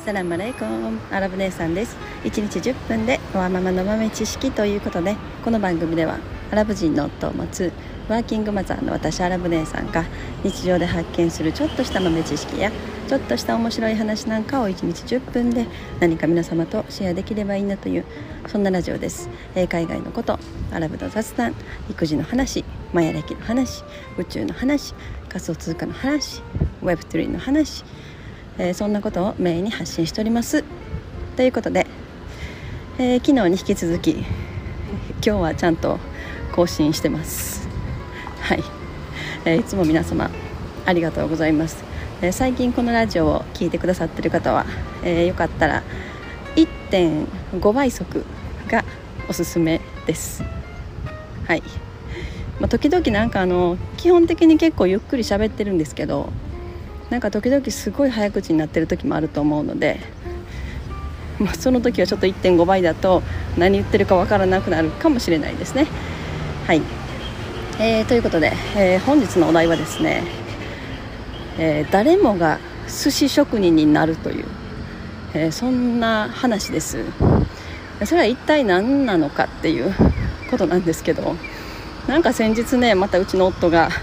サラムアレイコン、アラブ姉さんです。1日10分でワーママの豆知識ということで、この番組ではアラブ人の夫を持つワーキングマザーの私アラブ姉さんが日常で発見するちょっとした豆知識やちょっとした面白い話なんかを1日10分で何か皆様とシェアできればいいなという、そんなラジオです。海外のこと、アラブの雑談、育児の話、マヤ歴の話、宇宙の話、仮想通貨の話、Web3 の話、そんなことをメインに発信しておりますということで、昨日に引き続き今日はちゃんと更新してます。はい、いつも皆様ありがとうございます。最近このラジオを聞いてくださっている方は、よかったら 1.5 倍速がおすすめです。はい、時々なんか基本的に結構ゆっくり喋ってるんですけど、なんか時々すごい早口になってる時もあると思うので、その時はちょっと 1.5 倍だと何言ってるかわからなくなるかもしれないですね。はい、ということで、本日のお題はですね、誰もが寿司職人になるという、そんな話です。それは一体何なのかっていうことなんですけど、なんか先日ね、またうちの夫が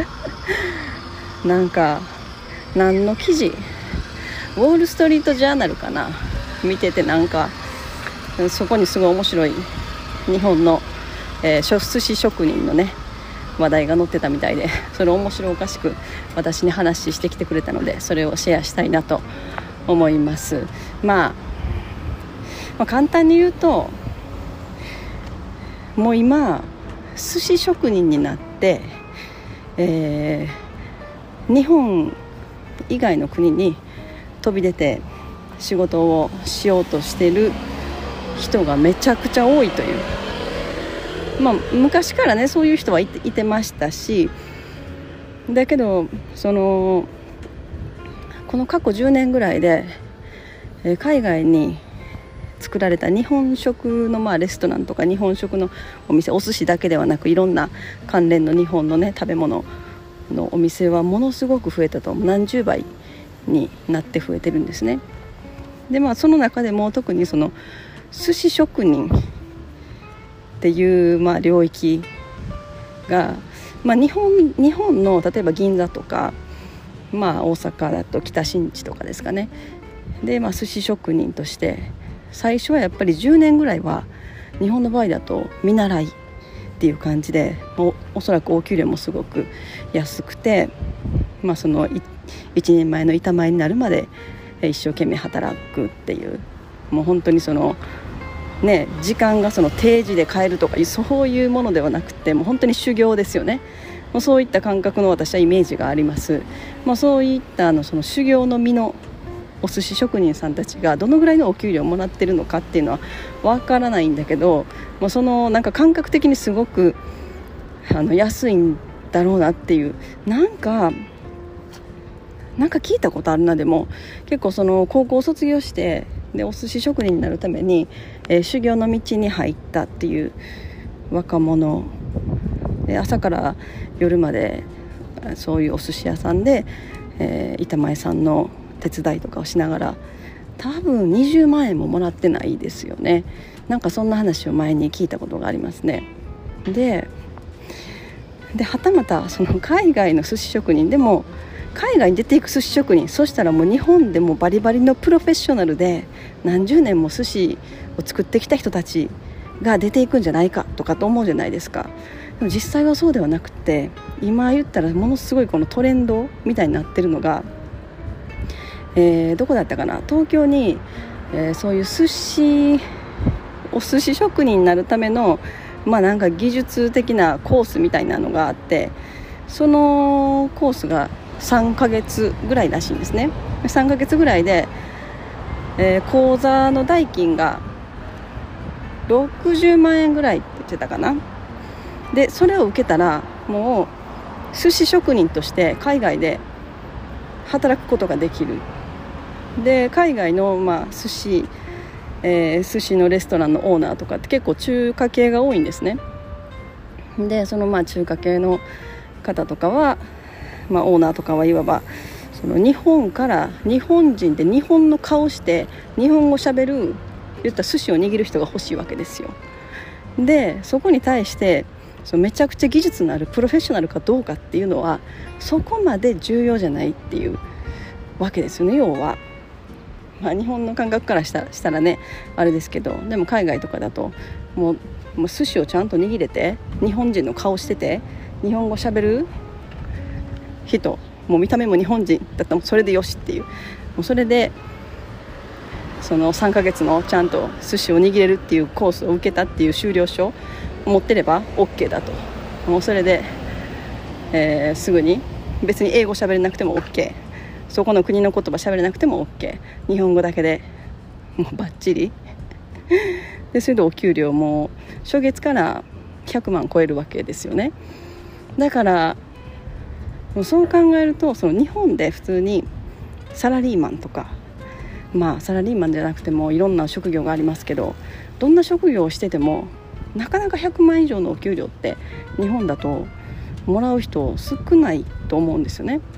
なんか何の記事、ウォールストリートジャーナルかな、見てて、なんかそこにすごい面白い日本の、寿司職人のね話題が載ってたみたいで、それを面白おかしく私に話してきてくれたので、それをシェアしたいなと思います。簡単に言うと、もう今寿司職人になって、日本以外の国に飛び出て仕事をしようとしてる人がめちゃくちゃ多いという、昔からねそういう人はいてましたし、だけどこの過去10年ぐらいで、海外に作られた日本食のレストランとか日本食のお店、お寿司だけではなくいろんな関連の日本のね食べ物のお店はものすごく増えたと、何十倍になって増えてるんですね。でその中でも特にその寿司職人っていう領域が、日本の例えば銀座とか、大阪だと北新地とかですかね。で寿司職人として最初はやっぱり10年ぐらいは日本の場合だと見習いっていう感じで、おそらくお給料もすごく安くて、その一人前の板前になるまで一生懸命働くっていう、もう本当に時間が定時で帰るとかそういうものではなくて、もう本当に修行ですよね。もうそういった感覚の私はイメージがあります。そういったその修行の身のお寿司職人さんたちがどのぐらいのお給料をもらってるのかっていうのはわからないんだけど、なんか感覚的にすごく安いんだろうなっていう、なんか聞いたことあるな。でも結構高校を卒業してでお寿司職人になるために、修行の道に入ったっていう若者で、朝から夜までそういうお寿司屋さんで、板前さんの手伝いとかをしながら、多分20万円ももらってないですよね。なんかそんな話を前に聞いたことがありますね。ではたまた海外の寿司職人でも、海外に出ていく寿司職人、そしたらもう日本でもバリバリのプロフェッショナルで何十年も寿司を作ってきた人たちが出ていくんじゃないかとかと思うじゃないですか。でも実際はそうではなくて、今言ったらものすごいこのトレンドみたいになってるのが、どこだったかな、東京に、そういうお寿司職人になるためのなんか技術的なコースみたいなのがあって、そのコースが3ヶ月ぐらいらしいんですね。3ヶ月ぐらいで、講座の代金が60万円ぐらいって言ってたかな。でそれを受けたらもう寿司職人として海外で働くことができる。で海外の寿司のレストランのオーナーとかって結構中華系が多いんですね。で中華系の方とかは、オーナーとかはいわばその日本から日本人で日本の顔して日本語しゃべる言ったら寿司を握る人が欲しいわけですよ。でそこに対してめちゃくちゃ技術のあるプロフェッショナルかどうかっていうのはそこまで重要じゃないっていうわけですよね。要は、日本の感覚からしたらねあれですけど、でも海外とかだともう寿司をちゃんと握れて日本人の顔してて日本語しゃべる人、もう見た目も日本人だったらそれでよしっていう、もうそれでその3ヶ月のちゃんと寿司を握れるっていうコースを受けたっていう修了証を持ってれば OK だと。もうそれで、すぐに別に英語喋れなくても OK、 そこの国の言葉喋れなくても OK、 日本語だけでもうバッチリでそれでお給料も初月から100万超えるわけですよね。だからそう考えると、その日本で普通にサラリーマンとか、サラリーマンじゃなくてもいろんな職業がありますけど、どんな職業をしててもなかなか100万以上のお給料って日本だともらう人少ないと思うんですよね。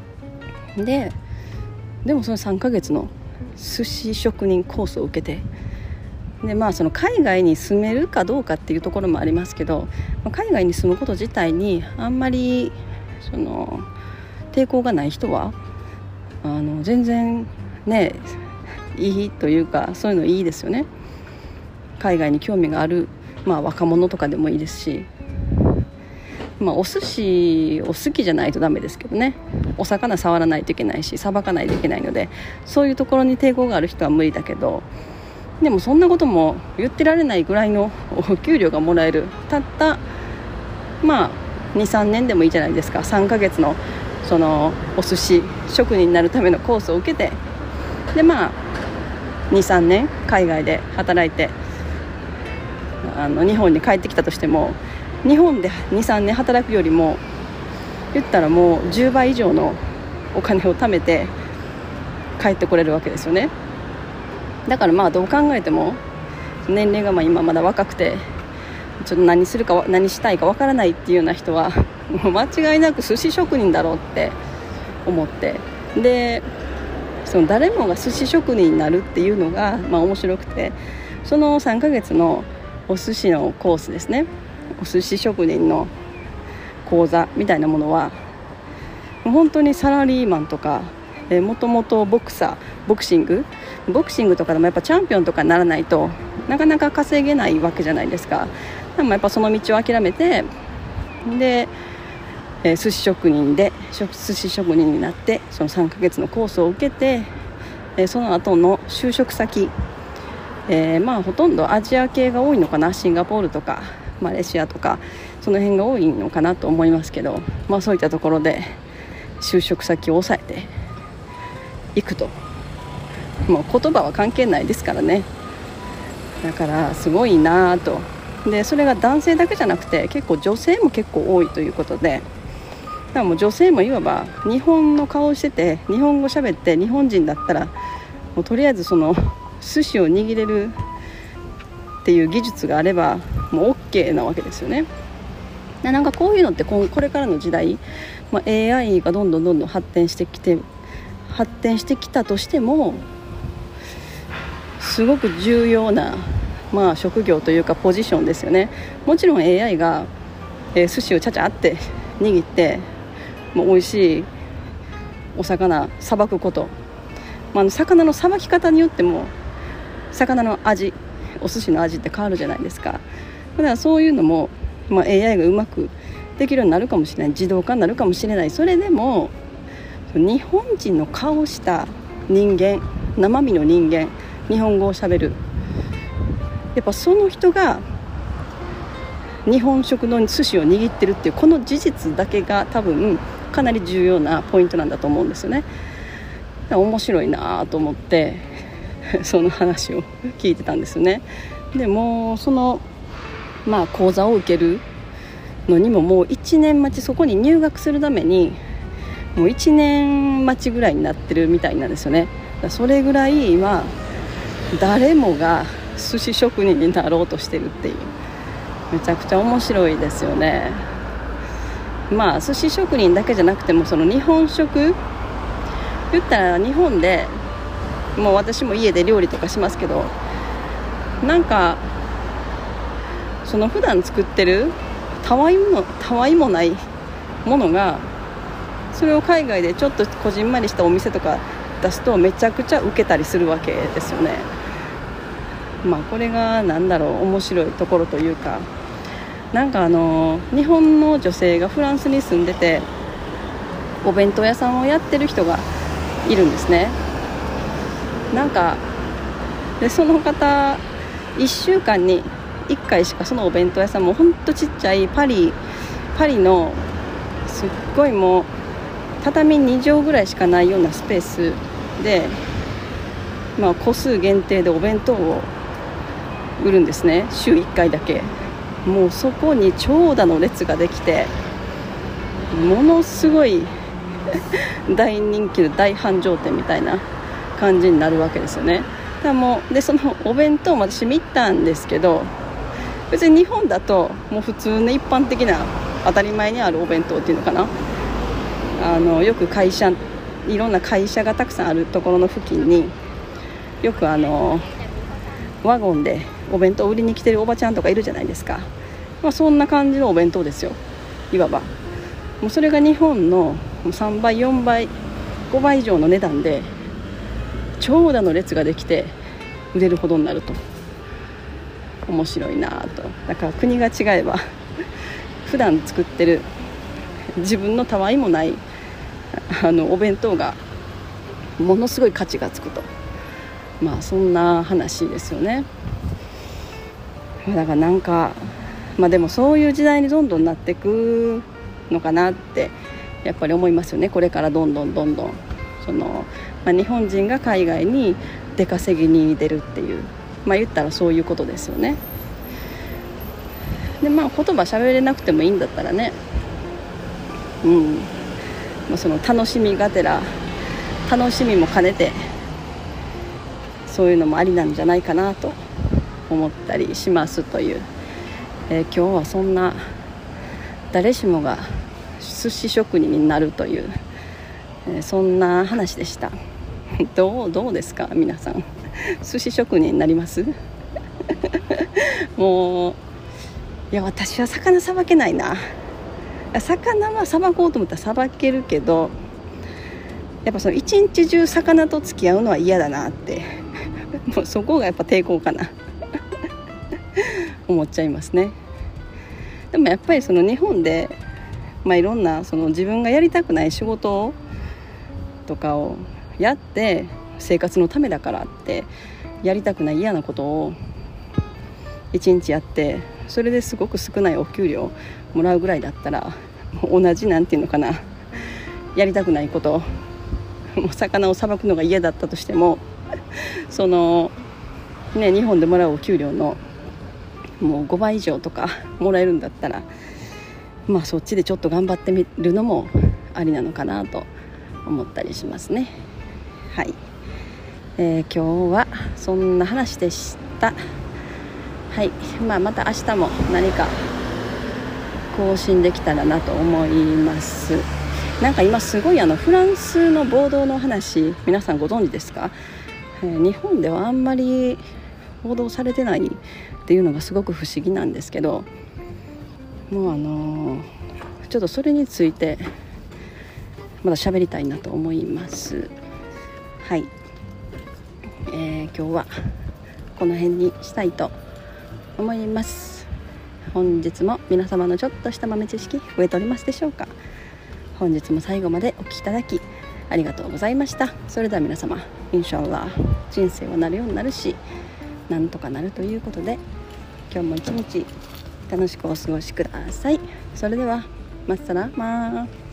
でもその3ヶ月の寿司職人コースを受けて、でその海外に住めるかどうかっていうところもありますけど、海外に住むこと自体にあんまりその抵抗がない人は全然ねいいというか、そういうのいいですよね。海外に興味がある、若者とかでもいいですし、お寿司を好きじゃないとダメですけどね、お魚触らないといけないしさばかないといけないので、そういうところに抵抗がある人は無理だけど、でもそんなことも言ってられないぐらいのお給料がもらえる、たった2,3 年でもいいじゃないですか。3ヶ月のそのお寿司職人になるためのコースを受けて、で2,3 年海外で働いて日本に帰ってきたとしても、日本で 2,3 年働くよりも言ったらもう10倍以上のお金を貯めて帰ってこれるわけですよね。だからどう考えても年齢が今まだ若くてちょっと何したいかわからないっていうような人はもう間違いなく寿司職人だろうって思って、でその誰もが寿司職人になるっていうのが面白くて、その3ヶ月のお寿司のコースですね、お寿司職人の講座みたいなものは本当にサラリーマンとかもともとボクシングとかでもやっぱチャンピオンとかにならないとなかなか稼げないわけじゃないですか。でもやっぱその道を諦めて、で寿司職人になってその3ヶ月のコースを受けて、その後の就職先、ほとんどアジア系が多いのかな、シンガポールとかマレーシアとかその辺が多いのかなと思いますけど、そういったところで就職先を抑えていくと、もう言葉は関係ないですからね。だからすごいなと。でそれが男性だけじゃなくて結構女性も結構多いということで、だからもう女性もいわば日本の顔してて日本語喋って日本人だったらもうとりあえずその寿司を握れるっていう技術があればもう OK なわけですよね。でなんかこういうのってこれからの時代、AI がどんどん発展してきたとしてもすごく重要な職業というかポジションですよね。もちろん AI が、寿司をちゃちゃって握ってもう美味しいお魚さばくこと、魚のさばき方によっても魚の味、お寿司の味って変わるじゃないですか。だからそういうのも、AI がうまくできるようになるかもしれない、自動化になるかもしれない。それでも日本人の顔をした人間、生身の人間、日本語をしゃべる、やっぱその人が日本食の寿司を握ってるっていうこの事実だけが多分かなり重要なポイントなんだと思うんですよね。面白いなと思ってその話を聞いてたんですよね。でもその講座を受けるのにももう1年待ち、そこに入学するためにもう1年待ちぐらいになってるみたいなんですよね。それぐらい今誰もが寿司職人になろうとしてるっていう、めちゃくちゃ面白いですよね。寿司職人だけじゃなくてもその日本食言ったら日本でもう私も家で料理とかしますけど、なんかその普段作ってるたわいもないものが、それを海外でちょっとこじんまりしたお店とか出すとめちゃくちゃウケたりするわけですよね。まあこれがなんだろう、面白いところというか、なんか日本の女性がフランスに住んでてお弁当屋さんをやってる人がいるんですね。なんかでその方1週間に1回しかそのお弁当屋さんもほんとちっちゃいパリのすっごいもう畳2畳ぐらいしかないようなスペースで、まあ、個数限定でお弁当を売るんですね。週1回だけ。もうそこに長蛇の列ができて、ものすごい大人気の大繁盛店みたいな感じになるわけですよね。だもうでそのお弁当も私見たんですけど、別に日本だともう普通の一般的な当たり前にあるお弁当っていうのかな、よくいろんな会社がたくさんあるところの付近によくワゴンでお弁当売りに来てるおばちゃんとかいるじゃないですか。まあ、そんな感じのお弁当ですよ、いわば。もうそれが日本の3倍4倍5倍以上の値段で長蛇の列ができて売れるほどになると面白いなと。だから国が違えば普段作ってる自分のたわいもないお弁当がものすごい価値がつくと、まあそんな話ですよね。だからなんかまあでもそういう時代にどんどんなっていくのかなってやっぱり思いますよね。これからどんどんその、日本人が海外に出稼ぎに出るっていう、言ったらそういうことですよね。で言葉喋れなくてもいいんだったらね、その楽しみがてら楽しみも兼ねてそういうのもありなんじゃないかなと思ったりしますという、今日はそんな誰しもが寿司職人になるという、そんな話でした。どうですか皆さん、寿司職人になりますもういや私は魚さばけないな。魚はさばこうと思ったらさばけるけど、やっぱその一日中魚と付き合うのは嫌だなってもうそこがやっぱ抵抗かな思っちゃいますね。でもやっぱりその日本で、いろんなその自分がやりたくない仕事とかをやって生活のためだからってやりたくない嫌なことを一日やって、それですごく少ないお給料もらうぐらいだったら、同じなんていうのかな、やりたくないこと、もう魚をさばくのが嫌だったとしてもそのね、日本でもらうお給料のもう5倍以上とかもらえるんだったら、そっちでちょっと頑張ってみるのもありなのかなと思ったりしますね。はい、今日はそんな話でした。はい、また明日も何か更新できたらなと思います。なんか今すごいフランスの暴動の話、皆さんご存知ですか？日本ではあんまり報道されてないっていうのがすごく不思議なんですけど、もうちょっとそれについてまだ喋りたいなと思います。はい、今日はこの辺にしたいと思います。本日も皆様のちょっとした豆知識増えておりますでしょうか？本日も最後までお聞きいただきありがとうございました。それでは皆様、インシャアラー、人生はなるようになるし、なんとかなるということで、今日も一日楽しくお過ごしください。それではマッサラマー。